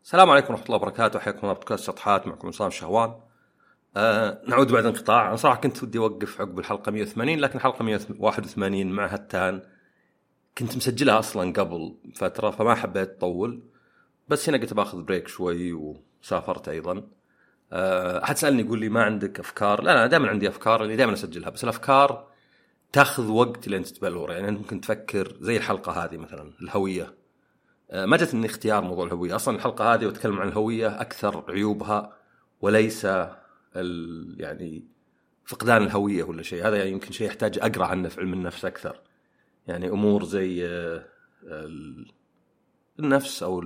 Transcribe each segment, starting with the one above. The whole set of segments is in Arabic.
السلام عليكم ورحمة الله وبركاته. حياكم الله بودكاست شطحات، معكم عصام شهوان. نعود بعد انقطاع. أنا صراحة كنت ودي أوقف عقب الحلقة 180، لكن الحلقة 181 مع هتان كنت مسجلها أصلا قبل فترة، فما حبيت أطول. بس هنا قلت باخذ بريك شوي، وسافرت أيضا. أحد سألني يقول لي ما عندك أفكار؟ لا، أنا دائما عندي أفكار اللي دائما أسجلها، بس الأفكار تأخذ وقت لين تتبلور. يعني أنت ممكن تفكر زي الحلقة هذه مثلا الهوية، ما جت إني اختيار موضوع الهوية أصلاً. الحلقة هذه وتكلم عن الهوية أكثر عيوبها، وليس يعني فقدان الهوية ولا شيء. هذا يعني يمكن شيء يحتاج أقرأ عنه في علم النفس أكثر. يعني أمور زي النفس أو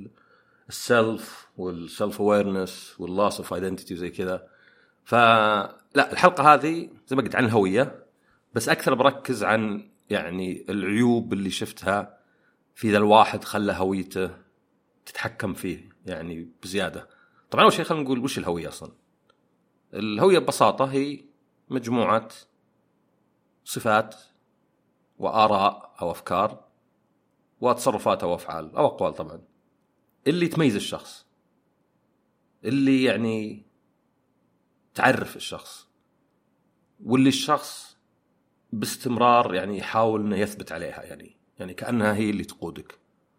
السلف والسلف أويرنس واللاس أوف ايدنتيتي زي كذا. فلا، الحلقة هذه زي ما قلت عن الهوية، بس أكثر بركز عن يعني العيوب اللي شفتها في ذا الواحد خلى هويته تتحكم فيه يعني بزيادة. طبعا أول شيء خلينا نقول وش الهوية أصلا. الهوية ببساطة هي مجموعة صفات وآراء أو أفكار وتصرفات أو أفعال أو أقوال طبعا اللي تميز الشخص، اللي يعني تعرف الشخص، واللي الشخص باستمرار يعني يحاول أنه يثبت عليها، يعني كأنها هي اللي تقودك.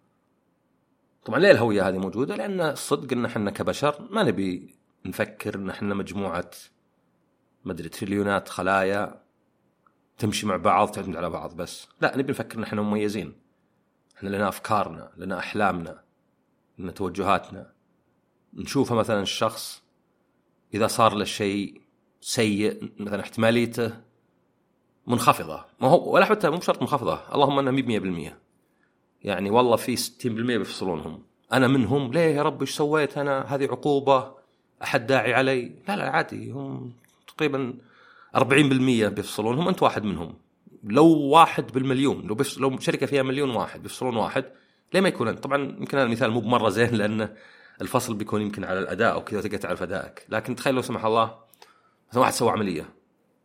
طبعا ليه الهوية هذه موجودة؟ لأن الصدق أن احنا كبشر ما نبي نفكر أن احنا مجموعة مدري تريليونات خلايا تمشي مع بعض تعتمد على بعض بس. لا، نبي نفكر أن احنا مميزين. احنا لنا أفكارنا، لنا أحلامنا، لنا توجهاتنا. نشوفها مثلا الشخص إذا صار له شيء سيء مثلا احتماليته منخفضة، ما هو ولا حتى مو شرط منخفضة، اللهم أنها 100%. يعني والله في 60% بيفصلونهم، أنا منهم. ليه يا رب؟ إيش سويت أنا؟ هذه عقوبة؟ أحد داعي علي؟ لا عادي، هم تقريبا 40% بيفصلونهم، أنت واحد منهم. لو واحد بالمليون، لو شركة فيها مليون واحد بيفصلون واحد، ليه ما يكون أنت؟ طبعا يمكن هذا المثال مو بمرة زين، لأن الفصل بيكون يمكن على الأداء أو كذا تقدر تعرف أدائك. لكن تخيل لو سمح الله مثلا واحد سوى عملية،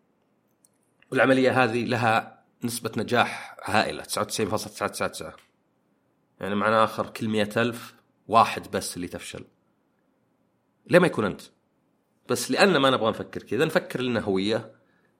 والعملية هذه لها نسبة نجاح هائلة 99.999، يعني معنى آخر كل 100,000 واحد بس اللي تفشل. ليه ما يكون أنت؟ بس لأن ما نبغى نفكر كذا، نفكر لنا هوية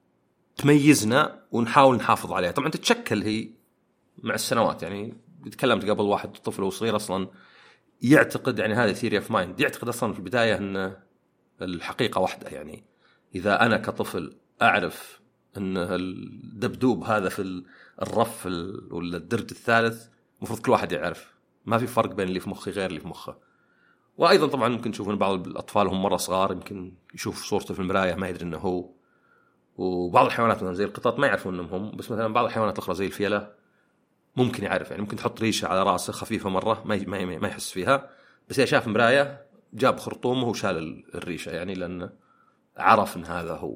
تميزنا ونحاول نحافظ عليها. طبعا تتشكل هي مع السنوات. يعني تكلمت قبل واحد طفل وصغير أصلا يعتقد، يعني هذا ثيري اوف مايند، يعتقد أصلا في البداية أن الحقيقة واحدة. يعني إذا أنا كطفل أعرف أن الدبدوب هذا في الرف ولا الدرج الثالث، مفروض كل واحد يعرف، ما في فرق بين اللي في مخي غير اللي في مخه. وأيضا طبعا ممكن تشوفون بعض الأطفال هم مرة صغار يمكن يشوف صورته في المراية ما يدري أنه هو. وبعض الحيوانات مثلا زي القطط ما يعرفون أنهم هم، بس مثلا بعض الحيوانات الأخرى زي الفيلة ممكن يعرف. يعني ممكن تحط ريشة على رأسه خفيفة مرة ما يحس فيها، بس إذا شاف مراية جاب خرطومه وشال الريشة، يعني لأنه عرف أن هذا هو.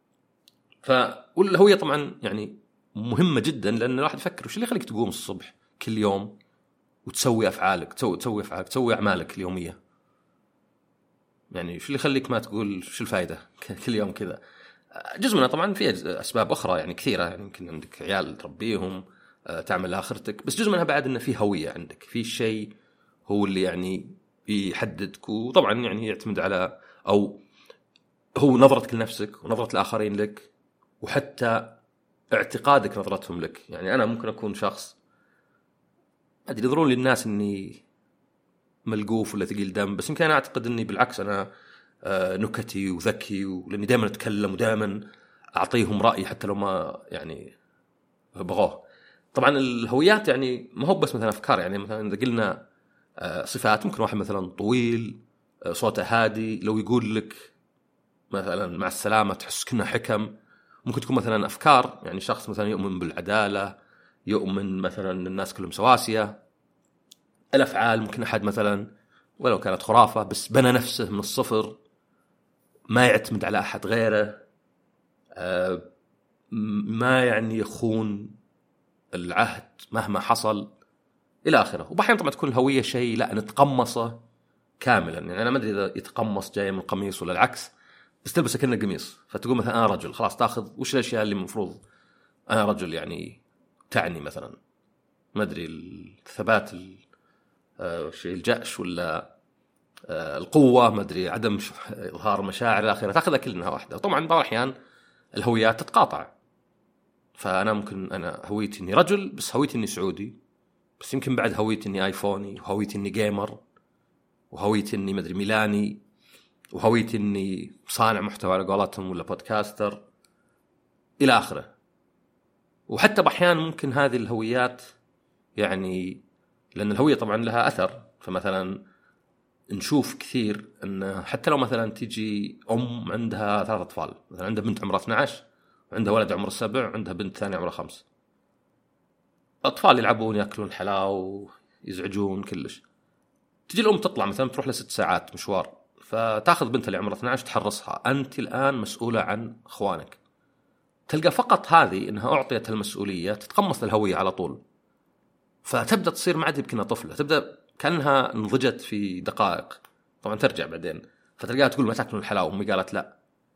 والهوية طبعا يعني مهمة جدا، لأن الواحد يفكر وش اللي يخليك تقوم الصبح كل يوم وتسوي أفعالك، تسوي أعمالك اليومية. يعني شو اللي يخليك ما تقول شو الفائدة كل يوم كذا؟ جزء منها طبعا في أسباب أخرى يعني كثيرة، يعني يمكن عندك عيال تربيهم، تعمل آخرتك، بس جزء منها بعد إنه في هوية عندك، في شيء هو اللي يعني يحددك. وطبعا يعني يعتمد على أو هو نظرتك لنفسك ونظرة الآخرين لك، وحتى اعتقادك نظرتهم لك. يعني أنا ممكن أكون شخص أدري يظهرون للناس إني ملقوف ولا ثقيل دم، بس يمكن أنا أعتقد إني بالعكس أنا نكتي وذكي، ولأني دائما أتكلم ودائما أعطيهم رأي حتى لو ما يعني بغوه. طبعا الهويات يعني ما هو بس مثلا أفكار. يعني مثلا إذا قلنا صفات، ممكن واحد مثلا طويل، صوته هادي، لو يقول لك مثلا مع السلامة تحس كأنه حكم. ممكن تكون مثلا أفكار، يعني شخص مثلا يؤمن بالعدالة، يؤمن مثلا الناس كلهم سواسية. الأفعال ممكن أحد مثلا ولو كانت خرافة بس بنى نفسه من الصفر، ما يعتمد على أحد غيره، ما يعني يخون العهد مهما حصل إلى آخره. وبحيان طبعا تكون الهوية شيء لا نتقمصه كاملا. يعني أنا ما أدري إذا يتقمص جاي من القميص ولا العكس، بس تلبسه كأنه قميص، فتقول مثلا أنا رجل، خلاص تأخذ وش الأشياء اللي المفروض أنا رجل يعني تعني مثلا ما أدري الثبات، شيء الجأش، ولا القوة، ما أدري، عدم إظهار مشاعر إلى آخره، تأخذها كلها واحدة. طبعا بعض الأحيان الهويات تتقاطع، فأنا ممكن أنا هويتي إني رجل بس هويتي إني سعودي، بس يمكن بعد هويتي إني آيفوني، وهويتي إني جيمر، وهويتي إني ما أدري ميلاني، وهويتي إني صانع محتوى على قولتهم ولا بودكاستر إلى آخره. وحتى بأحيان ممكن هذه الهويات يعني، لأن الهوية طبعا لها أثر، فمثلا نشوف كثير أن حتى لو مثلا تيجي أم عندها 3 أطفال، مثلا عندها بنت عمرها 12 وعندها ولد عمره 7 وعندها بنت ثانية عمرها 5، أطفال يلعبون يأكلون حلاوة ويزعجون كلش. تجي الأم تطلع مثلا تروح ل6 ساعات مشوار، فتأخذ بنتها اللي عمرها 12 تحرصها، أنت الآن مسؤولة عن إخوانك. تلقى فقط هذه إنها أعطيت المسؤولية تتقمص الهوية على طول، فتبدأ تصير ما عاد يمكنها طفلة، تبدأ كأنها نضجت في دقائق. طبعا ترجع بعدين فتلقاها تقول ما تاكلون الحلاوة، أمي قالت لا،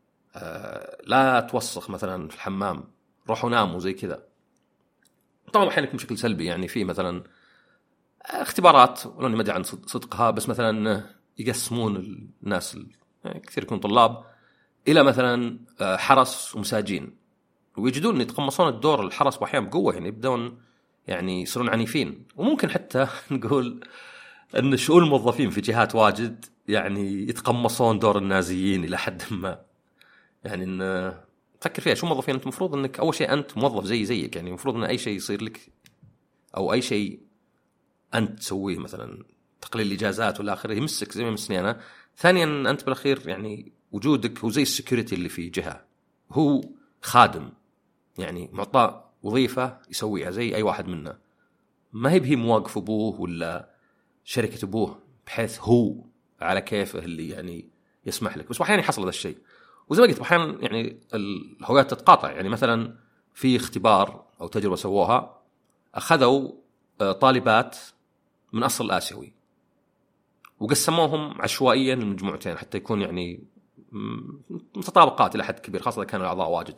لا توسخ مثلا في الحمام، روحوا ناموا زي كذا. طبعا أحيانا يكون بشكل سلبي، يعني في مثلا اختبارات ولو ما أدري عن صدقها، بس مثلا يقسمون الناس يعني كثير يكون طلاب إلى مثلا حرس ومساجين، ويجدون أن يتقمصون الدور الحرس وأحيانا بقوة، يعني يبدون يعني يصيرون عنيفين. وممكن حتى نقول أن شؤون الموظفين في جهات واجد يعني يتقمصون دور النازيين إلى حد ما. يعني أن تفكر فيها، شو موظفين أنت؟ مفروض أنك أول شيء أنت موظف زيك، يعني مفروض أن أي شيء يصير لك أو أي شيء أنت تسويه، مثلا تقليل الإجازات ولا آخره، يمسك زي ما يمسني أنا. ثانيا أنت بالأخير يعني وجودك هو زي السكيورتي اللي في جهة، هو خادم، يعني معطى وظيفة يسويها زي أي واحد منا، ما هي موظف أبوه ولا شركة أبوه بحيث هو على كيفه اللي يعني يسمح لك. بس أحيانا يحصل هذا الشيء، وزي ما قلت أحيانا يعني الهويات تتقاطع. يعني مثلا في اختبار أو تجربة سووها، أخذوا طالبات من أصل آسيوي وقسموهم عشوائيا لمجموعتين حتى يكون يعني متطابقات إلى حد كبير، خاصة إذا كانوا أعضاء واجد.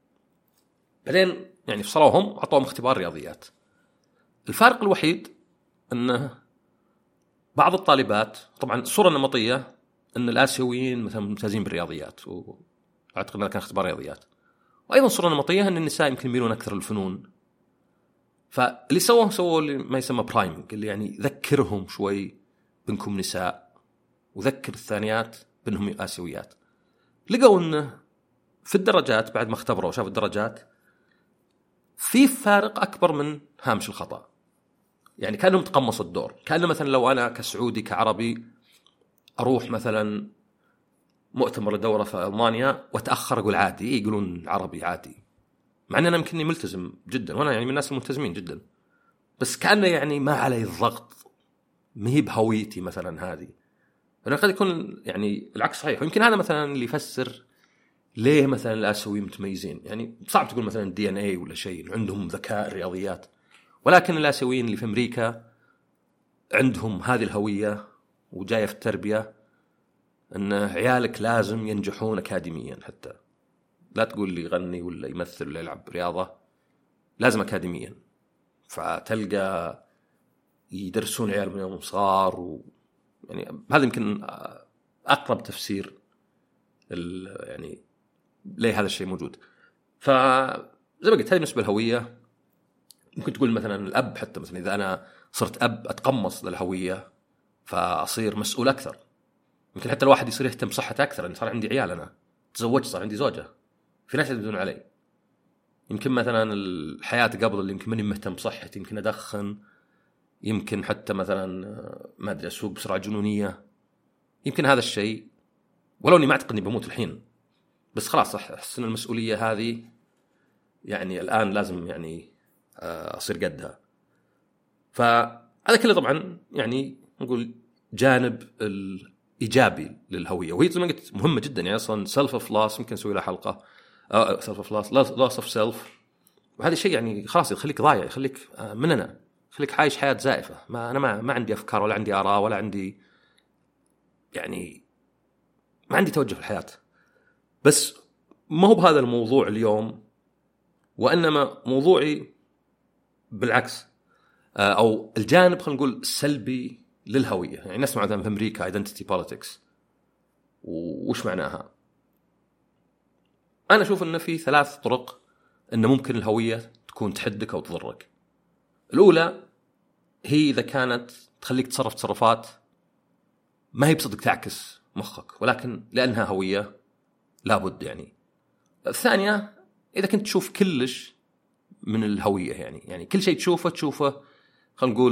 بعدين يعني فصلوهم وعطوهم اختبار رياضيات. الفارق الوحيد أنه بعض الطالبات، طبعا الصورة النمطية أن الآسيويين مثلا ممتازين بالرياضيات، وأعتقد أنه كان اختبار رياضيات. وأيضا صورة نمطية أن النساء يمكن يميلون أكثر للفنون. فاللي سووا اللي ما يسمى برايمنج، اللي يعني ذكرهم شوي بأنكم نساء وذكر الثانيات بأنهم آسيويات. لقوا أنه في الدرجات بعد ما اختبروا وشافوا الدرجات في فارق أكبر من هامش الخطأ. يعني كانوا متقمصوا الدور، كأنه مثلا لو أنا كسعودي كعربي أروح مثلا مؤتمر لدورة في ألمانيا وأتأخر أقول عادي، يقولون عربي عادي، مع أن أنا يمكنني ملتزم جدا، وأنا يعني من الناس الملتزمين جدا، بس كأنه يعني ما علي الضغط، ما هي بهويتي مثلا هذه. أنا قد يكون يعني العكس صحيح. ويمكن هذا مثلا اللي يفسر ليه مثلا الآسيويين متميزين. يعني صعب تقول مثلا DNA ولا شيء عندهم ذكاء رياضيات، ولكن الآسيويين اللي في أمريكا عندهم هذه الهوية وجاية في التربية، أن عيالك لازم ينجحون أكاديميا، حتى لا تقول لي يغني ولا يمثل ولا يلعب رياضة، لازم أكاديميا. فتلقى يدرسون عيال من يوم صغار يعني هذا يمكن أقرب تفسير يعني ليه هذا الشيء موجود. فزي ما قلت هذه بالنسبة للهوية. ممكن تقول مثلا الأب، حتى مثلا إذا أنا صرت أب أتقمص للهوية فأصير مسؤول أكثر. يمكن حتى الواحد يصير يهتم صحته أكثر، أن صار عندي عيال، أنا تزوجت، صار عندي زوجة، في ناس يدون علي. يمكن مثلا الحياة قبل اللي يمكن ماني مهتم بصحتي، يمكن أدخن، يمكن حتى مثلا ما أدري أسوق بسرعة جنونية. يمكن هذا الشيء ولو أني ما أعتقد أني بموت الحين، بس خلاص أحس أن المسؤولية هذه يعني الآن لازم يعني أصير قدها. فهذا كله طبعا يعني نقول جانب الإيجابي للهوية، وهي زي ما قلت مهمة جدا. يعني أصلا self of loss ممكن نسوي لها حلقة، self of loss of self. وهذا الشيء يعني خلاص يخليك ضايع، يخليك مننا، يخليك عايش حياة زائفة. أنا ما عندي أفكار ولا عندي آراء ولا عندي يعني ما عندي توجه في الحياة. بس ما هو بهذا الموضوع اليوم، وإنما موضوعي بالعكس، أو الجانب خلينا نقول السلبي للهويه. يعني نسمع مثلا في امريكا identity politics، وش معناها؟ انا اشوف انه في 3 طرق ان ممكن الهويه تكون تحدك او تضرك. الاولى هي اذا كانت تخليك تصرف تصرفات ما هي بصدق تعكس مخك، ولكن لانها هويه لابد يعني. الثانيه اذا كنت تشوف كلش من الهويه، يعني كل شيء تشوفه خلينا نقول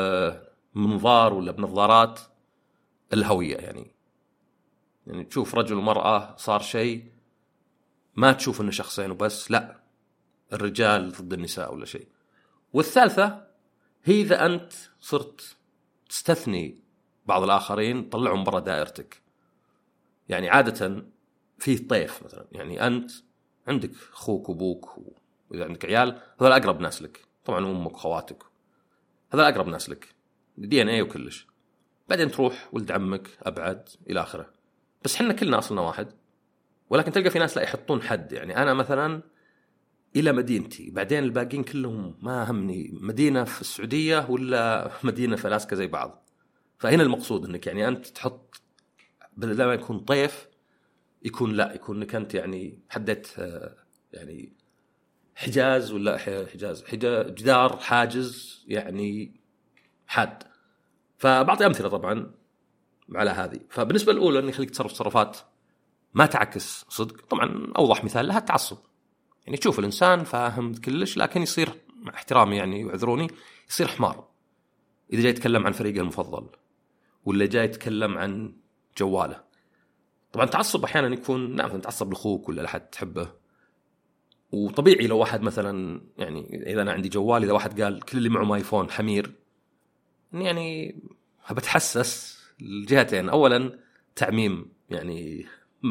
بمنظار ولا بنظارات الهويه. يعني تشوف رجل ومرأة صار شيء ما تشوف انه شخصين وبس، لا، الرجال ضد النساء ولا شيء. والثالثة هي إذا أنت صرت تستثني بعض الآخرين طلعهم برا دائرتك. يعني عادة فيه طيف مثلا، يعني أنت عندك أخوك وأبوك وإذا عندك عيال هذول أقرب ناس لك، طبعا أمك وخواتك هذول أقرب ناس لك DNA وكلش. بعدين تروح ولد عمك أبعد إلى آخره. بس حنا كلنا أصلنا واحد، ولكن تلقى في ناس لا يحطون حد. يعني أنا مثلا إلى مدينتي، بعدين الباقين كلهم ما همني مدينة في السعودية ولا مدينة في ألاسكا زي بعض. فهنا المقصود أنك يعني أنت تحط بدل ما يكون طيف يكون لا، يكون أنك أنت يعني حددت يعني حجاز ولا حجاز جدار حاجز يعني حاد. فبعطي أمثلة طبعا على هذه. فبالنسبة الأولى أن يخليك تصرف تصرفات ما تعكس صدق. طبعا أوضح مثال لها التعصب. يعني تشوف الإنسان فاهم كلش لكن يصير مع احترامي يعني وعذروني يصير حمار إذا جاي يتكلم عن فريقه المفضل ولا جاي يتكلم عن جواله. طبعا تعصب أحيانا يكون نعم تعصب لأخوك ولا لحد تحبه، وطبيعي لو واحد مثلا يعني إذا أنا عندي جوال إذا واحد قال كل اللي معه آيفون حمير يعني بتحسس الجهتين. أولا تعميم يعني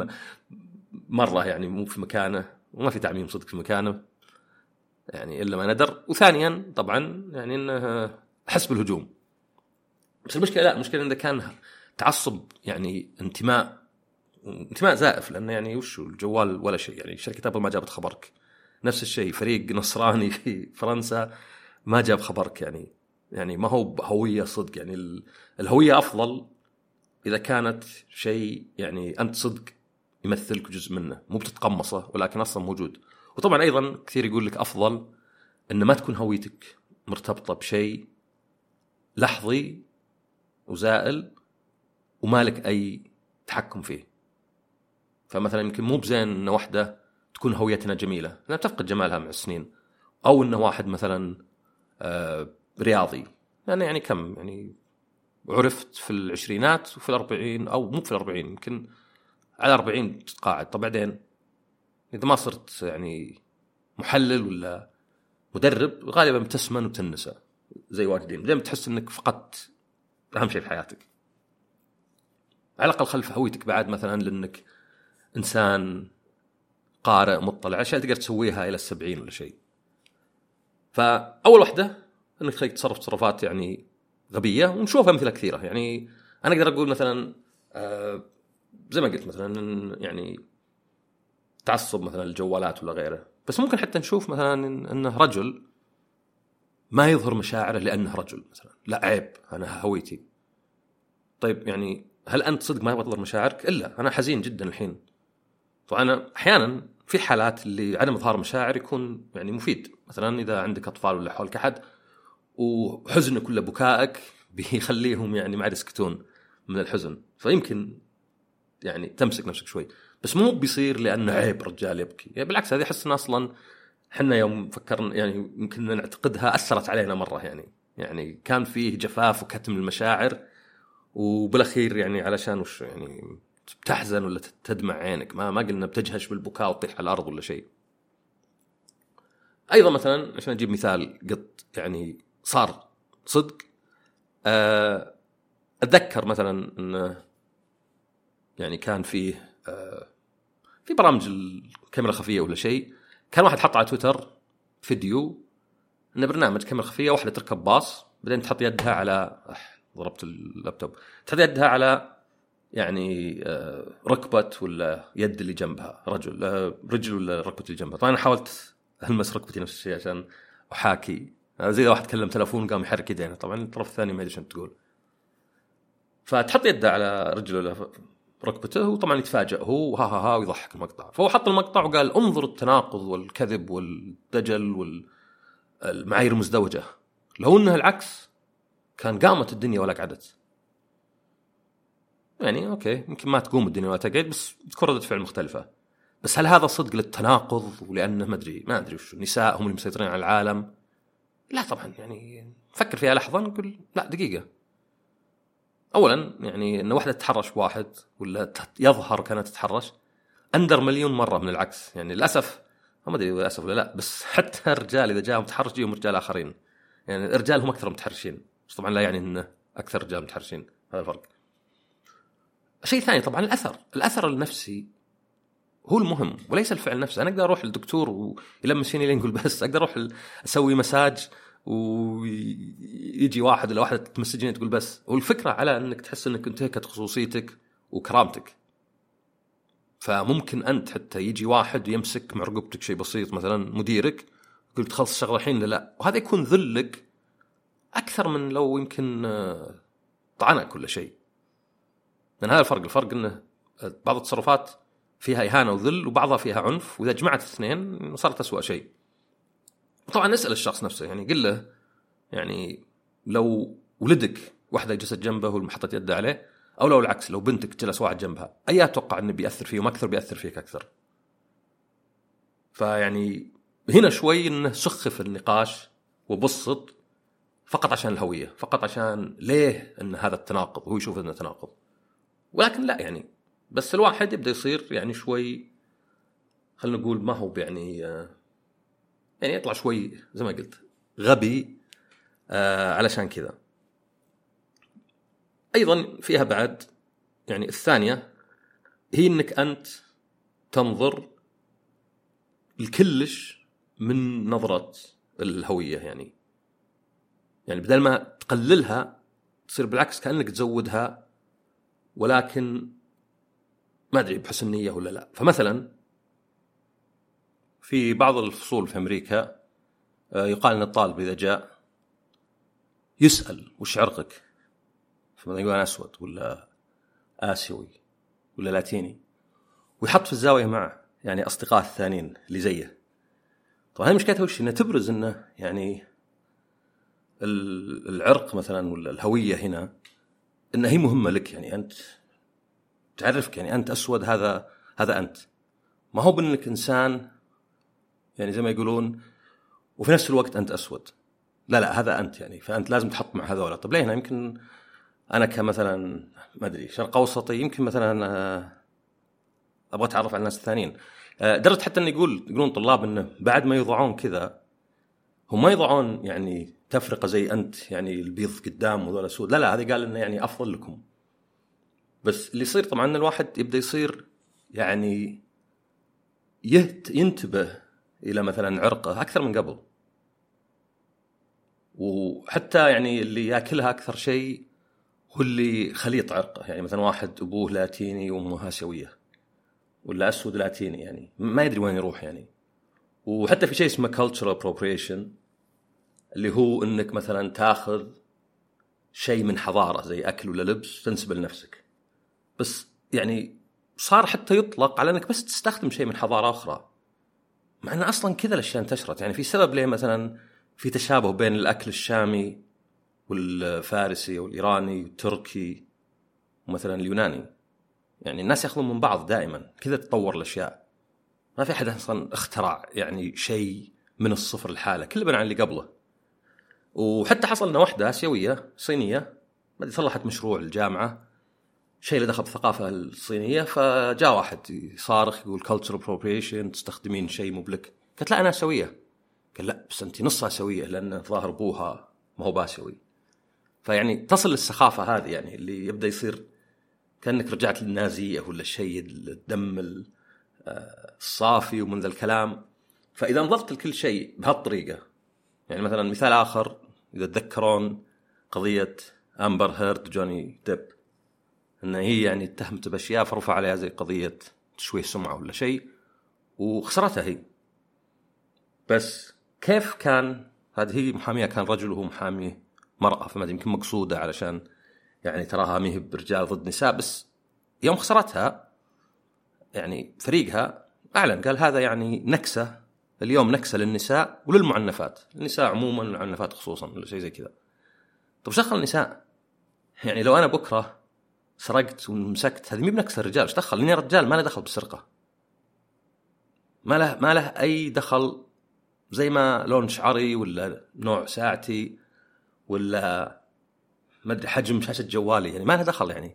مرة يعني مو في مكانه، وما في تعميم صدق في مكانه يعني إلا ما ندر. وثانيا طبعا يعني إنه حس بالهجوم. بس المشكلة لا، المشكلة إذا كان تعصب يعني انتماء زائف، لأنه يعني وش الجوال ولا شيء. يعني شركة أبل ما جابت خبرك، نفس الشيء فريق نصراني في فرنسا ما جاب خبرك. يعني ما هو هوية صدق. يعني الهوية أفضل إذا كانت شيء يعني أنت صدق يمثلك جزء منه، مو بتتقمصه ولكن أصلا موجود. وطبعا أيضا كثير يقول لك أفضل أن ما تكون هويتك مرتبطة بشيء لحظي وزائل ومالك أي تحكم فيه. فمثلا يمكن مو بزين أن واحدة تكون هويتنا جميلة لأنها تفقد جمالها مع السنين، أو أنه واحد مثلا رياضي يعني كم يعني عرفت في العشرينات وفي 40 أو مو في 40 يمكن على 40 تتقاعد. طب بعدين إذا ما صرت يعني محلل ولا مدرب غالبا بتسمن وتنسى زي واجدين، بعدين بتحس إنك فقدت أهم شيء في حياتك. على الأقل خلف هويتك بعد مثلا لأنك إنسان قارئ مطلع أشياء تقدر تسويها إلى 70 ولا شيء. فأول واحدة إنك خليك تصرف تصرفات يعني غبية، ونشوف أمثلة كثيرة. يعني أنا أقدر أقول مثلا زي ما قلت مثلا يعني تعصب مثلا الجوالات ولا غيره. بس ممكن حتى نشوف مثلا إنه رجل ما يظهر مشاعره لأنه رجل مثلا، لا عيب أنا هويتي. طيب يعني هل أنت صدق ما تظهر مشاعرك؟ إلا أنا حزين جدا الحين. فأنا أحيانا في حالات اللي عدم إظهار مشاعر يكون يعني مفيد. مثلا إذا عندك أطفال ولا حولك أحد وحزنك كله بكائك بيخليهم يعني ما يسكتون من الحزن، فيمكن يعني تمسك نفسك شوي. بس مو بيصير لأنه عيب رجال يبكي، يعني بالعكس هذه حسنا أصلا حنا يوم فكرنا يعني يمكن نعتقدها أثرت علينا مرة. يعني كان فيه جفاف وكتم المشاعر، وبالأخير يعني علشان وش يعني بتحزن ولا تدمع عينك، ما قلنا بتجهش بالبكاء وتطيح على الأرض ولا شيء. أيضا مثلا عشان أجيب مثال قط يعني صار صدق، أتذكر مثلا أنه يعني كان فيه في برامج الكاميرا الخفية ولا شيء، كان واحد حط على تويتر فيديو إنه برنامج كاميرا خفية، واحدة تركب باص بعدين تحط يدها على ضربت اللابتوب، تحط يدها على يعني ركبة ولا يد اللي جنبها رجل ولا ركبة اللي جنبها. طبعا أنا حاولت ألمس ركبتي نفس الشيء عشان أحاكي، زي واحد كلم تلفون قام يحرك يدينه. طبعا الطرف الثاني ما يدري شو تقول. فتحط يده على رجله ولا ركبته، وطبعا يتفاجأ هو ها ويضحك المقطع. فهو حط المقطع وقال انظر التناقض والكذب والدجل والمعايير المزدوجة، لو انها العكس كان قامت الدنيا ولا قعدت. يعني اوكي يمكن ما تقوم الدنيا ولا تقعد، بس تكون ردة فعل مختلفة. بس هل هذا صدق للتناقض ولانه ما ادري وش النساء هم اللي مسيطرين على العالم؟ لا طبعا. يعني فكر فيها لحظة نقول لا دقيقة، اولا يعني ان واحدة تتحرش بواحد ولا يظهر كانت تتحرش اندر مليون مرة من العكس. يعني للاسف ما ادري للاسف ولا لا، بس حتى الرجال اذا جاءهم تحرش جيهم رجال اخرين. يعني الرجال هم اكثر متحرشين، بس طبعا لا يعني انه اكثر رجال متحرشين، هذا الفرق. شيء ثاني طبعا الاثر النفسي هو المهم وليس الفعل نفسه. انا اقدر اروح للدكتور ويلمسيني لين يقول بس، اقدر اروح اسوي مساج ويجي واحد ولا واحده تمسجني تقول بس. والفكره على انك تحس انك انتهكت خصوصيتك وكرامتك. فممكن انت حتى يجي واحد ويمسك مع رقبتك شيء بسيط، مثلا مديرك، قلت خلص الشغله الحين لا، وهذا يكون ذلك اكثر من لو يمكن طعنك كل شيء. لان هذا الفرق انه بعض التصرفات فيها إهانة وذل وبعضها فيها عنف، وإذا جمعت الاثنين صارت أسوأ شيء. طبعا نسأل الشخص نفسه، يعني قل له يعني لو ولدك واحدة جلست جنبه والمحطة يده عليه، أو لو العكس لو بنتك جلس واحد جنبها، أي أتوقع أنه بيأثر فيه وما أكثر بيأثر فيك أكثر. فيعني هنا شوي أنه سخف النقاش وبسط فقط عشان الهوية، فقط عشان ليه أن هذا التناقض، هو يشوف أنه تناقض. ولكن لا يعني بس الواحد يبدأ يصير يعني شوي، خلنا نقول ما هو يعني يطلع شوي زي ما قلت غبي علشان كذا. أيضا فيها بعد يعني الثانية هي أنك أنت تنظر الكلش من نظرة الهوية. يعني بدل ما تقللها تصير بالعكس كأنك تزودها، ولكن ما أدري بحسن نية ولا لا. فمثلا في بعض الفصول في أمريكا يقال أن الطالب إذا جاء يسأل وش عرقك، فمثلا يقول أنا أسود ولا آسيوي ولا لاتيني، ويحط في الزاوية مع يعني أصدقاء الثانيين اللي زيه. طبعا هذه مشكلتها وش إنه تبرز إنه يعني العرق مثلا ولا الهوية هنا إنه هي مهمة لك. يعني أنت تعرفك يعني أنت أسود، هذا أنت، ما هو بأنك إنسان يعني زي ما يقولون وفي نفس الوقت أنت أسود. لا هذا أنت يعني، فأنت لازم تحط مع هذول. طب ليه هنا يمكن أنا كمثلا ما أدري شرق أوسطي يمكن مثلا أبغى أتعرف على الناس الثانيين. درجة حتى أن يقولون طلاب إنه بعد ما يضعون كذا هم ما يضعون يعني تفرقة زي أنت يعني البيض قدام وذولا سود، لا هذا قال إنه يعني أفضل لكم. بس اللي يصير طبعا أن الواحد يبدأ يصير يعني ينتبه إلى مثلا عرقه أكثر من قبل، وحتى يعني اللي يأكلها أكثر شيء هو اللي خليط عرقه. يعني مثلا واحد أبوه لاتيني وأمه آسيوية ولا أسود لاتيني، يعني ما يدري وين يروح يعني. وحتى في شيء اسمه cultural appropriation اللي هو إنك مثلا تأخذ شيء من حضارة زي أكل ولا لبس تنسبه لنفسك، بس يعني صار حتى يطلق على أنك بس تستخدم شيء من حضارة أخرى، مع أن أصلا كذا الأشياء انتشرت. يعني في سبب ليه مثلا في تشابه بين الأكل الشامي والفارسي والإيراني والتركي ومثلا اليوناني. يعني الناس يأخذون من بعض دائما، كذا تطور الأشياء. ما في أحد أصلا اخترع يعني شيء من الصفر الحالة، كله بنى عن اللي قبله. وحتى حصل لنا واحدة آسيوية صينية ما صلحت مشروع الجامعة شيء اللي دخل بالثقافة الصينية، فجاء واحد صارخ يقول cultural appropriation، تستخدمين شيء مبلك. قلت لا أنا آسيوية. قال لا بس أنت نصها آسيوية لأن ظاهر أبوها ما هو بآسيوي. فيعني تصل للسخافة هذه يعني اللي يبدأ يصير كأنك رجعت للنازية ولا الشيء الدم الصافي ومن ذا الكلام. فإذا نظرت لكل شيء بهالطريقة، يعني مثلا مثال آخر إذا تذكرون قضية أمبر هيرد جوني ديب، أنه هي يعني اتهمت بأشياء فرفع عليها زي قضية تشويه سمعة ولا شيء وخسرتها هي. بس كيف كان هذه هي محامية كان رجل وهو محامي مرأة، فما يمكن مقصودة علشان يعني تراها ما هي برجال ضد نساء، بس يوم خسرتها يعني فريقها أعلن قال هذا يعني نكسة، اليوم نكسة للنساء وللمعنفات، النساء عموما والمعنفات خصوصا ولا شيء زي كذا. طب شغل النساء، يعني لو أنا بكرة سرقت ومسكت هذه مي بنكسة الرجال، ايش دخل؟ لأني رجال ما له دخل بالسرقة، ما له أي دخل، زي ما لون شعري ولا نوع ساعتي ولا ما ادري حجم شاشة جوالي، يعني ما له دخل يعني.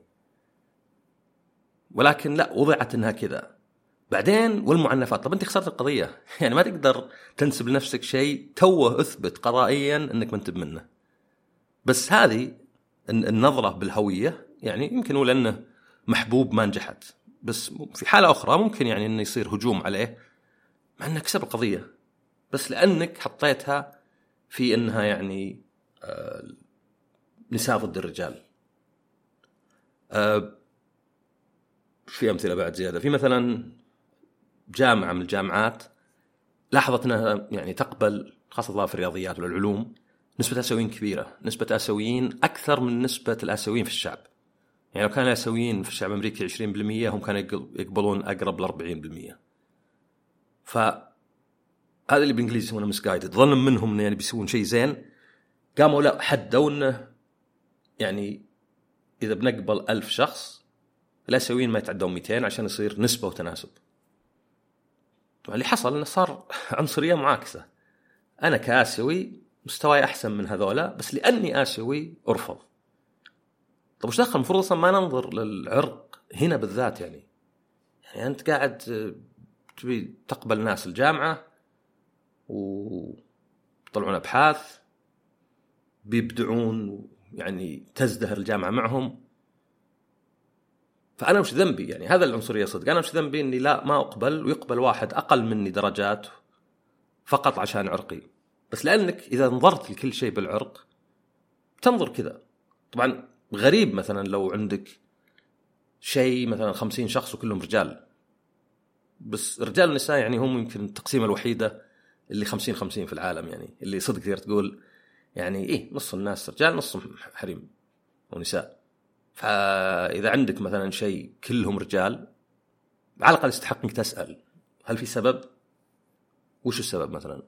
ولكن لا، وضعت انها كذا بعدين. والمعنفات، طب انت خسرت القضية يعني ما تقدر تنسب لنفسك شيء توه اثبت قضائيا انك منتب منه. بس هذه النظرة بالهوية يعني يمكن نقول انه محبوب ما نجحت، بس في حالة اخرى ممكن يعني انه يصير هجوم عليه مع انه كسب القضية، بس لانك حطيتها في انها يعني نساء ضد الرجال. في أمثلة بعد زيادة، في مثلا جامعة من الجامعات لاحظت أنها يعني تقبل، خاصة الله في الرياضيات والعلوم، نسبة آسيويين كبيرة، نسبة آسيويين أكثر من نسبة الآسيويين في الشعب. يعني لو كان الآسيويين في الشعب الأمريكي 20%، هم كانوا يقبلون أقرب ل40%. فهذا اللي بالإنجليزي يسمونه مسجايدد، ظن منهم إنه يعني بيسوون شيء زين، قاموا لا حدوا إنه يعني إذا بنقبل 1000 شخص الآسيويين ما يتعدون 200 عشان يصير نسبة وتناسب. طبعا اللي حصل إنه صار عنصرية معاكسة، أنا كآسيوي مستواي أحسن من هذولا، بس لأني آسيوي أرفض. طب وش دخل؟ المفروض أصلا ما ننظر للعرق هنا بالذات. يعني أنت قاعد تبي تقبل ناس الجامعة ويطلعون أبحاث بيبدعون، يعني تزدهر الجامعة معهم، فأنا وش ذنبي؟ يعني هذا العنصرية صدق. أنا وش ذنبي إني لا ما أقبل ويقبل واحد أقل مني درجات فقط عشان عرقي؟ بس لأنك إذا نظرت لكل شيء بالعرق تنظر كذا. طبعا غريب مثلا لو عندك شيء مثلا 50 شخص وكلهم رجال، بس رجال ونساء يعني هم يمكن التقسيمة الوحيدة اللي 50-50 في العالم، يعني اللي صدق تقدر تقول يعني إيه نص الناس رجال نصهم حريم ونساء. فإذا عندك مثلا شيء كلهم رجال على الأقل يستحق إنك تسأل هل في سبب؟ وش السبب مثلا؟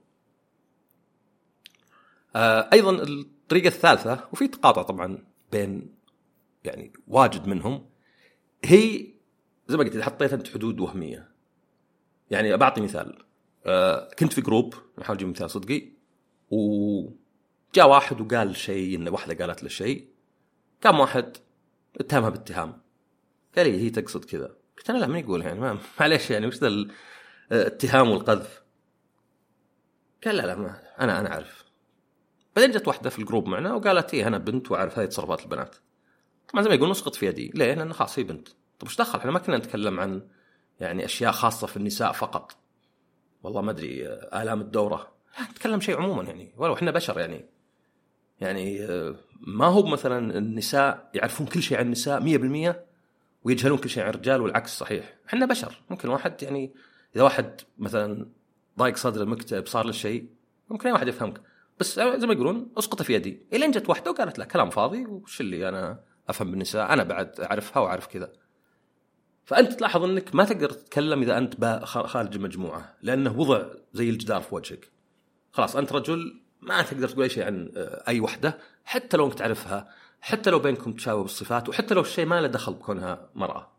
أيضا الطريقة الثالثة، وفي تقاطع طبعا بين يعني واجد منهم، هي زي ما قلت حطيت أنت حدود وهمية. يعني بعطي مثال، كنت في جروب نحاول نجيب مثال صدقي، وجاء واحد وقال شيء، إن واحدة قالت له شيء، كان واحد اتهمها باتهام، قال لي هي تقصد كذا. قلت أنا لا ما يقول يعني ما معليش يعني وش ذا الاتهام والقذف؟ قال لا ما أنا أعرف. بعدين جت واحدة في الجروب معنا وقالت إيه أنا بنت وأعرف هذه تصرفات البنات. طبعا زي ما يقول نسقط في يدي، ليه؟ لأن خاص هي بنت. طب وش دخل؟ إحنا ما كنا نتكلم عن يعني أشياء خاصة في النساء فقط، والله ما أدري آلام الدورة، نتكلم شيء عموما يعني، ولو إحنا بشر يعني ما هو مثلا النساء يعرفون كل شيء عن النساء 100% ويجهلون كل شيء عن الرجال، والعكس صحيح. إحنا بشر، ممكن واحد يعني إذا واحد مثلا ضايق صدر المكتئب صار له شيء ممكن أي واحد يفهمك، بس زي ما يقولون اسقط في يدي. إلين جت واحدة وقالت لا كلام فاضي، وش اللي أنا أفهم بالنساء، أنا بعد أعرفها وأعرف كذا. فأنت تلاحظ أنك ما تقدر تتكلم إذا أنت خارج المجموعة، لأنه وضع زي الجدار في وجهك. خلاص أنت رجل ما تقدر تقول أي شيء عن أي وحدة، حتى لو أنك تعرفها، حتى لو بينكم تشابه بالصفات، وحتى لو الشيء ما له دخل بكونها مرأة.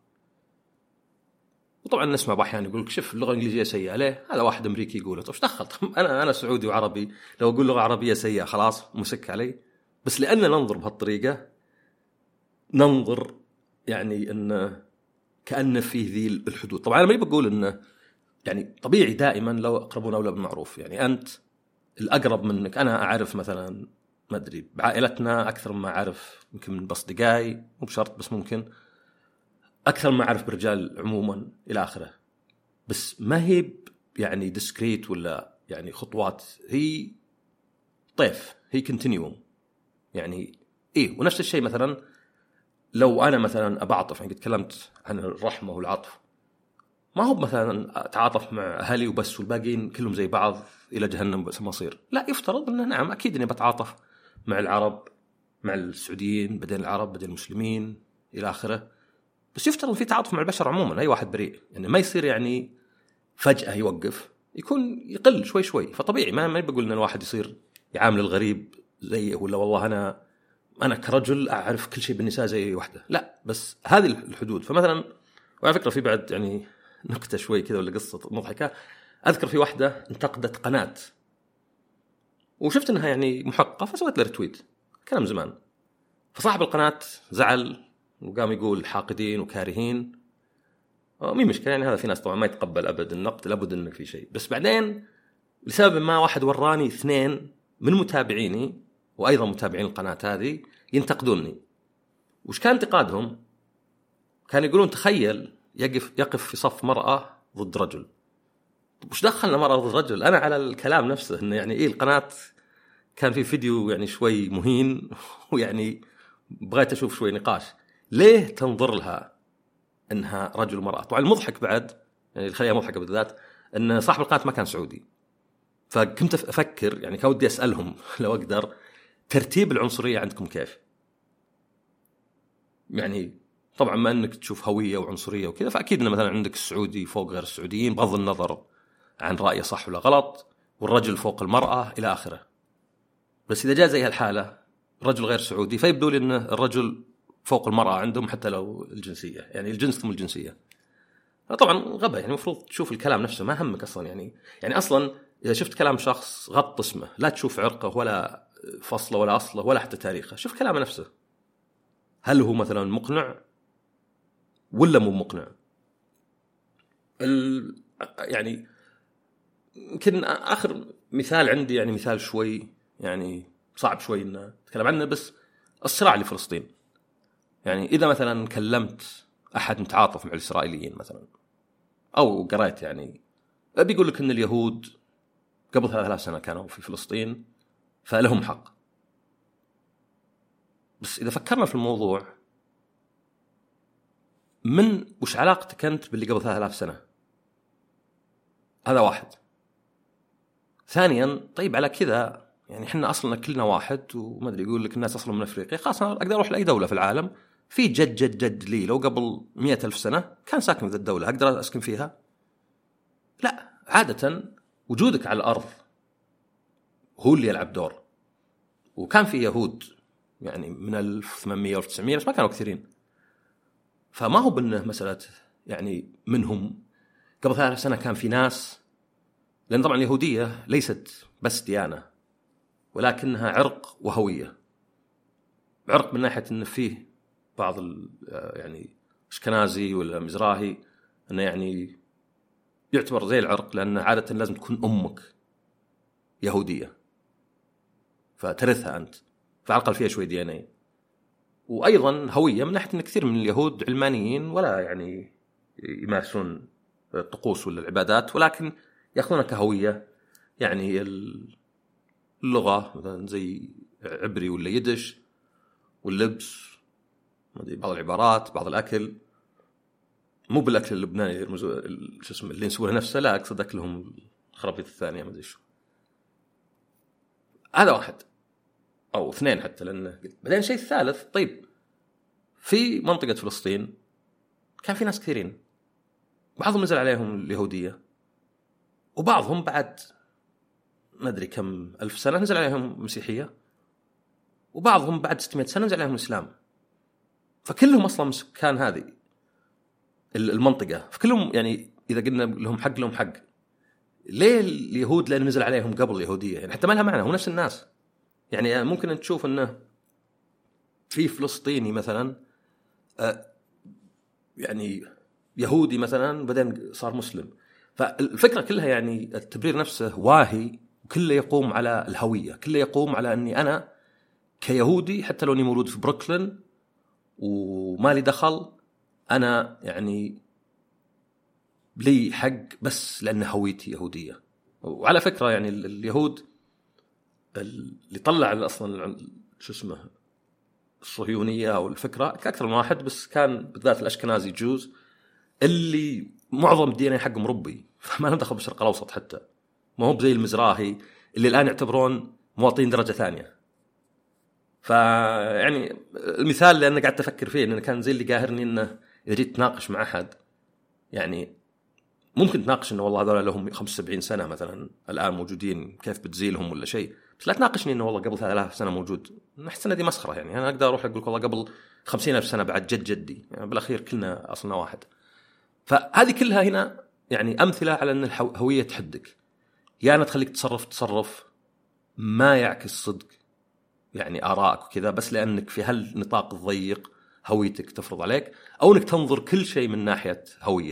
وطبعا نسمع بأحيان يقولك شوف اللغة الإنجليزية سيئة، ليه؟ هذا واحد أمريكي يقوله. طب دخل؟ أنا سعودي وعربي، لو أقول لغة عربية سيئة خلاص مسك علي. بس لأننا ننظر بهالطريقة، ننظر يعني أن كأن فيه ذي الحدود. طبعا أنا ما بقول أنه يعني طبيعي دائما لو أقربون أولى بالمعروف، يعني أنت الأقرب منك أنا أعرف مثلا ما أدري بعائلتنا أكثر ما أعرف يمكن من بصدقائي، مو بشرط بس ممكن أكثر ما أعرف برجال عموما إلى آخره. بس ما هي يعني ديسكريت ولا يعني خطوات، هي طيف، هي كنتينيوم يعني إيه. ونفس الشيء مثلا لو أنا مثلا أبعطف، يعني تكلمت عن الرحمة والعطف، ما هو مثلا أتعاطف مع أهلي وبس والباقين كلهم زي بعض إلى جهنم بس مصير. لا، يفترض أنه نعم أكيد أني بتعاطف مع العرب مع السعوديين، بعدين العرب، بعدين المسلمين إلى آخره. بس يفترض في تعاطف مع البشر عموما، أي واحد بريء يعني، ما يصير يعني فجأة يوقف، يكون يقل شوي شوي. فطبيعي ما بقول إن الواحد يصير يعامل الغريب زيه، ولا والله أنا كرجل أعرف كل شيء بالنساء زي وحده، لا، بس هذه الحدود. فمثلا، وعلى فكرة في بعد يعني نكتة شوي كذا ولا قصة مضحكة، أذكر في واحدة انتقدت قناة وشفت إنها يعني محققة، فسويت له ريتويت، كلام زمان. فصاحب القناة زعل وقام يقول حاقدين وكارهين. مين مشكلة يعني، هذا في ناس طبعا ما يتقبل أبد النقد، لابد إنك في شيء. بس بعدين لسبب ما واحد وراني 2 من متابعيني وأيضا متابعين القناة هذه ينتقدوني. وش كان انتقادهم؟ كان يقولون تخيل يقف في صف مرأة ضد رجل. وش دخلنا مرأة ضد رجل؟ أنا على الكلام نفسه إنه يعني القناة كان في فيديو يعني شوي مهين ويعني بغيت أشوف شوي نقاش، ليه تنظر لها إنها رجل ومرأة؟ طبعا المضحك بعد يعني الخلية مضحكة بالذات إن صاحب القناة ما كان سعودي. فكنت أفكر يعني كودي أسألهم لو أقدر، ترتيب العنصرية عندكم كيف؟ يعني طبعا ما أنك تشوف هوية وعنصرية وكذا، فأكيد إن مثلا عندك السعودي فوق غير السعوديين بغض النظر عن رأيه صح ولا غلط، والرجل فوق المرأة إلى آخره. بس إذا جاء زي هالحالة رجل غير سعودي، فيبدو لي أن الرجل فوق المرأة عندهم حتى لو الجنسية، يعني الجنس ثم الجنسية. طبعا غبا، يعني المفروض تشوف الكلام نفسه، ما همك أصلا يعني أصلا إذا شفت كلام شخص غط اسمه، لا تشوف عرقه ولا فصله ولا أصله ولا حتى تاريخه، شوف كلامه نفسه، هل هو مثلا مقنع ولا مو مقنع. يعني يمكن آخر مثال عندي، يعني مثال شوي يعني صعب شوي إن أتكلم عنه، بس الصراع اللي في فلسطين. يعني إذا مثلا كلمت أحد متعاطف مع الإسرائيليين مثلا، أو قرأت يعني بيقول لك إن اليهود قبل 3000 سنة كانوا في فلسطين فلهم حق. بس إذا فكرنا في الموضوع، وش علاقتك أنت باللي قبل 3000 سنة؟ هذا واحد. ثانيا، طيب على كذا يعني إحنا أصلنا كلنا واحد، وما أدري يقول لك الناس أصلا من أفريقيا، خلاص أنا أقدر أروح لأي دولة في العالم، في جد جد جد لي لو قبل 100,000 سنة كان ساكن في ذا الدولة، أقدر أسكن فيها؟ لا، عادة وجودك على الأرض هو اللي يلعب دور. وكان في يهود يعني من 1800 و 1900 بس ما كانوا كثيرين، فما هو بأنه مسألة يعني منهم قبل 3000 سنة كان في ناس، لأن طبعا اليهودية ليست بس ديانة ولكنها عرق وهوية. عرق من ناحية أنه فيه بعض يعني أشكنازي ولا مزراهي، أنه يعني يعتبر زي العرق، لأن عادة لازم تكون أمك يهودية فترثها أنت، فعلى الأقل فيها شوي ديانة. وأيضا هوية من ناحية أن كثير من اليهود علمانيين ولا يعني يمارسون الطقوس ولا العبادات، ولكن يأخذونها كهوية. يعني اللغة مثلا زي عبري ولا يدش، واللبس، بعض العبارات، بعض الأكل، مو بالأكل اللبناني اللي ينسبونه نفسه، لا أقصد أكلهم الخرابيط الثانية ما أدري شو. هذا واحد أو 2 حتى، لأنه بعدين شيء ثالث. طيب في منطقة فلسطين كان في ناس كثيرين، بعضهم نزل عليهم اليهودية، وبعضهم بعد ما أدري كم 1000 سنة نزل عليهم مسيحية، وبعضهم بعد 600 سنة نزل عليهم الإسلام. فكلهم أصلا من سكان هذه المنطقة، فكلهم يعني إذا قلنا لهم حق لهم حق. ليه اليهود لأن نزل عليهم قبل اليهودية؟ يعني حتى ما لها معنى، هو نفس الناس. يعني ممكن أن تشوف أنه في فلسطيني مثلا يعني يهودي مثلا بعدين صار مسلم. فالفكرة كلها يعني التبرير نفسه واهي، وكله يقوم على الهوية، كله يقوم على أني أنا كيهودي حتى لو أني مولود في بروكلين وما لي دخل، أنا يعني لي حق بس لأن هويتي يهودية. وعلى فكرة يعني اليهود اللي طلع أصلا شو اسمه الصهيونية أو الفكرة أكثر من واحد، بس كان بالذات الأشكنازي جوز اللي معظم الدين حقهم ربي، فما لهم دخل بالشرق الأوسط حتى، ما هو زي المزراهي اللي الآن يعتبرون مواطنين درجة ثانية. فيعني المثال اللي انا قاعد افكر فيه انه كان زي اللي قاهرني انه اذا جيت تناقش مع احد يعني ممكن تناقش انه والله هذول لهم 75 سنه مثلا الان موجودين كيف بتزيلهم ولا شيء، بس لا تناقشني انه والله قبل 3000 سنه موجود. احس ان دي مسخره يعني. انا اقدر اروح اقول والله قبل 50,000 سنه بعد جد جدي، يعني بالاخير كلنا اصلنا واحد. فهذه كلها هنا يعني امثله على ان الهويه تحدك، يعني تخليك تصرف ما يعكس صدق يعني آرائك وكذا، بس لأنك في هالنطاق الضيق هويتك تفرض عليك، أو أنك تنظر كل شيء من ناحية هوية.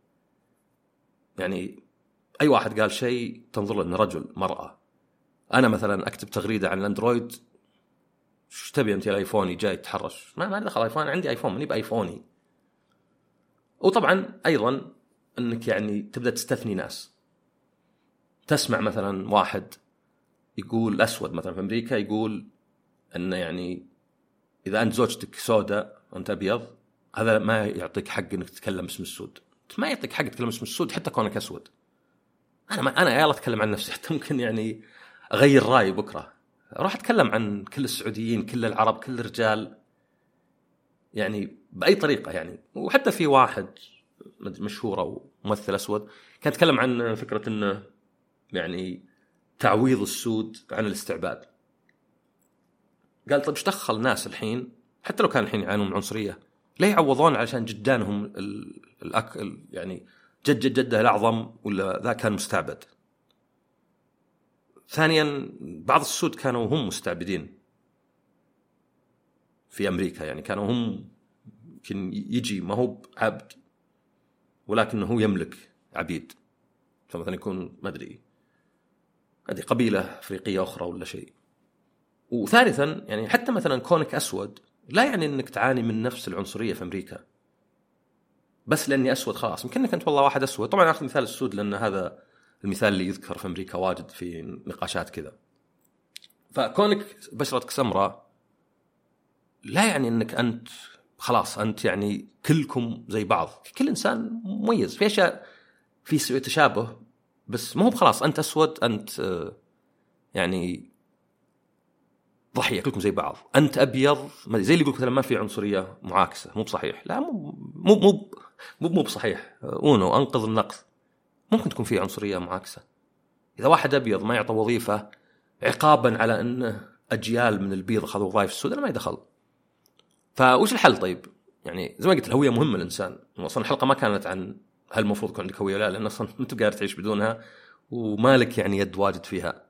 يعني أي واحد قال شيء تنظر له أنه رجل مرأة. أنا مثلا أكتب تغريدة عن الأندرويد، شو تبي أنت الآيفوني جاي تحرش؟ ما دخل آيفون، عندي آيفون، مني بآيفوني. وطبعا أيضا أنك يعني تبدأ تستثني ناس. تسمع مثلا واحد يقول أسود مثلا في أمريكا يقول أنه يعني إذا أنت زوجتك سوداء وأنت أبيض هذا ما يعطيك حق إنك تتكلم باسم السود. ما يعطيك حق تتكلم باسم السود حتى كونك أسود. أنا يلا أتكلم عن نفسي، حتى ممكن يعني أغير رأيي بكرة، أروح أتكلم عن كل السعوديين، كل العرب، كل الرجال، يعني بأي طريقة يعني. وحتى في واحد مشهور أو ممثل أسود كان يتكلم عن فكرة إنه يعني تعويض السود عن الاستعباد. قال طيب ايش دخل الناس الحين حتى لو كان الحين يعانون من عنصريه، ليه يعوضون علشان جدانهم يعني جده الاعظم ولا ذا كان مستعبد؟ ثانيا بعض السود كانوا هم مستعبدين في امريكا، يعني كانوا هم يمكن يجي ما هو عبد ولكنه هو يملك عبيد، فمثلا يكون ما ادري هذه قبيله افريقيه اخرى ولا شيء. وثالثا يعني حتى مثلا كونك أسود لا يعني أنك تعاني من نفس العنصرية في أمريكا بس لأني أسود خلاص. يمكن أنك أنت والله واحد أسود، طبعا أخذ مثال السود لأن هذا المثال اللي يذكر في أمريكا واجد في نقاشات كذا. فكونك بشرتك سمراء لا يعني أنك أنت خلاص أنت يعني كلكم زي بعض. كل إنسان مميز في أشياء في تشابه، بس مو خلاص أنت أسود أنت يعني ضحية، كلكم زي بعض. أنت أبيض زي اللي يقول مثلا ما في عنصرية معاكسة، مو بصحيح. لا مو بصحيح. أنقذ النقد. ممكن تكون في عنصرية معاكسة. إذا واحد أبيض ما يعطى وظيفة عقابا على أنه أجيال من البيض أخذوا وظائف السود، أنا ما يدخل. فوش الحل طيب؟ يعني زي ما قلت الهوية مهمة للإنسان. أصلا الحلقة ما كانت عن هل المفروض يكون عندك هوية لا، لأن أصلا أنت قاعد تعيش بدونها ومالك يعني يد واجد فيها.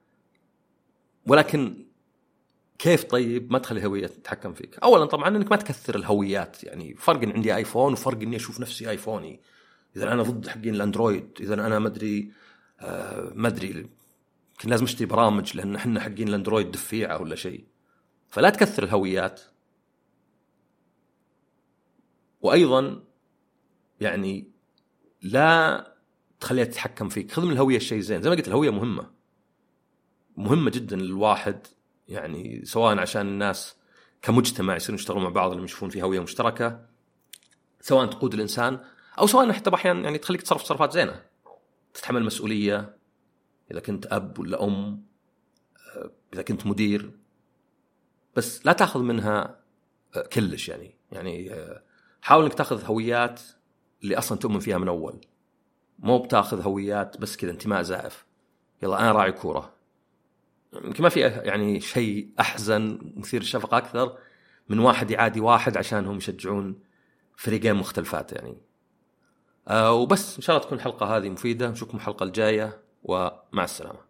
ولكن كيف طيب ما تخلي الهوية تتحكم فيك؟ أولا طبعا أنك ما تكثر الهويات. يعني فرق إن عندي آيفون وفرق إني أشوف نفسي آيفوني. إذا أنا ضد حقين الأندرويد، إذا أنا ما أدري كنا لازم أشتري برامج لأن إحنا حقين الأندرويد دفيعة ولا شيء. فلا تكثر الهويات. وأيضا يعني لا تخليها تتحكم فيك. خذ من الهوية الشيء زين. زي ما قلت الهوية مهمة جدا للواحد، يعني سواء عشان الناس كمجتمع يصيرون يشتغلون مع بعض لما يشوفون في هوية مشتركة، سواء تقود الإنسان أو سواء حتى بأحيان يعني تخليك تصرف تصرفات زينة، تتحمل مسؤولية إذا كنت أب ولا أم، إذا كنت مدير. بس لا تأخذ منها كلش. يعني حاول إنك تأخذ هويات اللي أصلا تؤمن فيها من أول، مو بتأخذ هويات بس كذا انتماء زائف. يلا أنا راعي كورة، يمكن ما في يعني شيء أحزن مثير الشفقة أكثر من واحد يعادي واحد عشانهم يشجعون فريقين مختلفات يعني. وبس إن شاء الله تكون الحلقة هذه مفيدة. نشوفكم الحلقة الجاية ومع السلامة.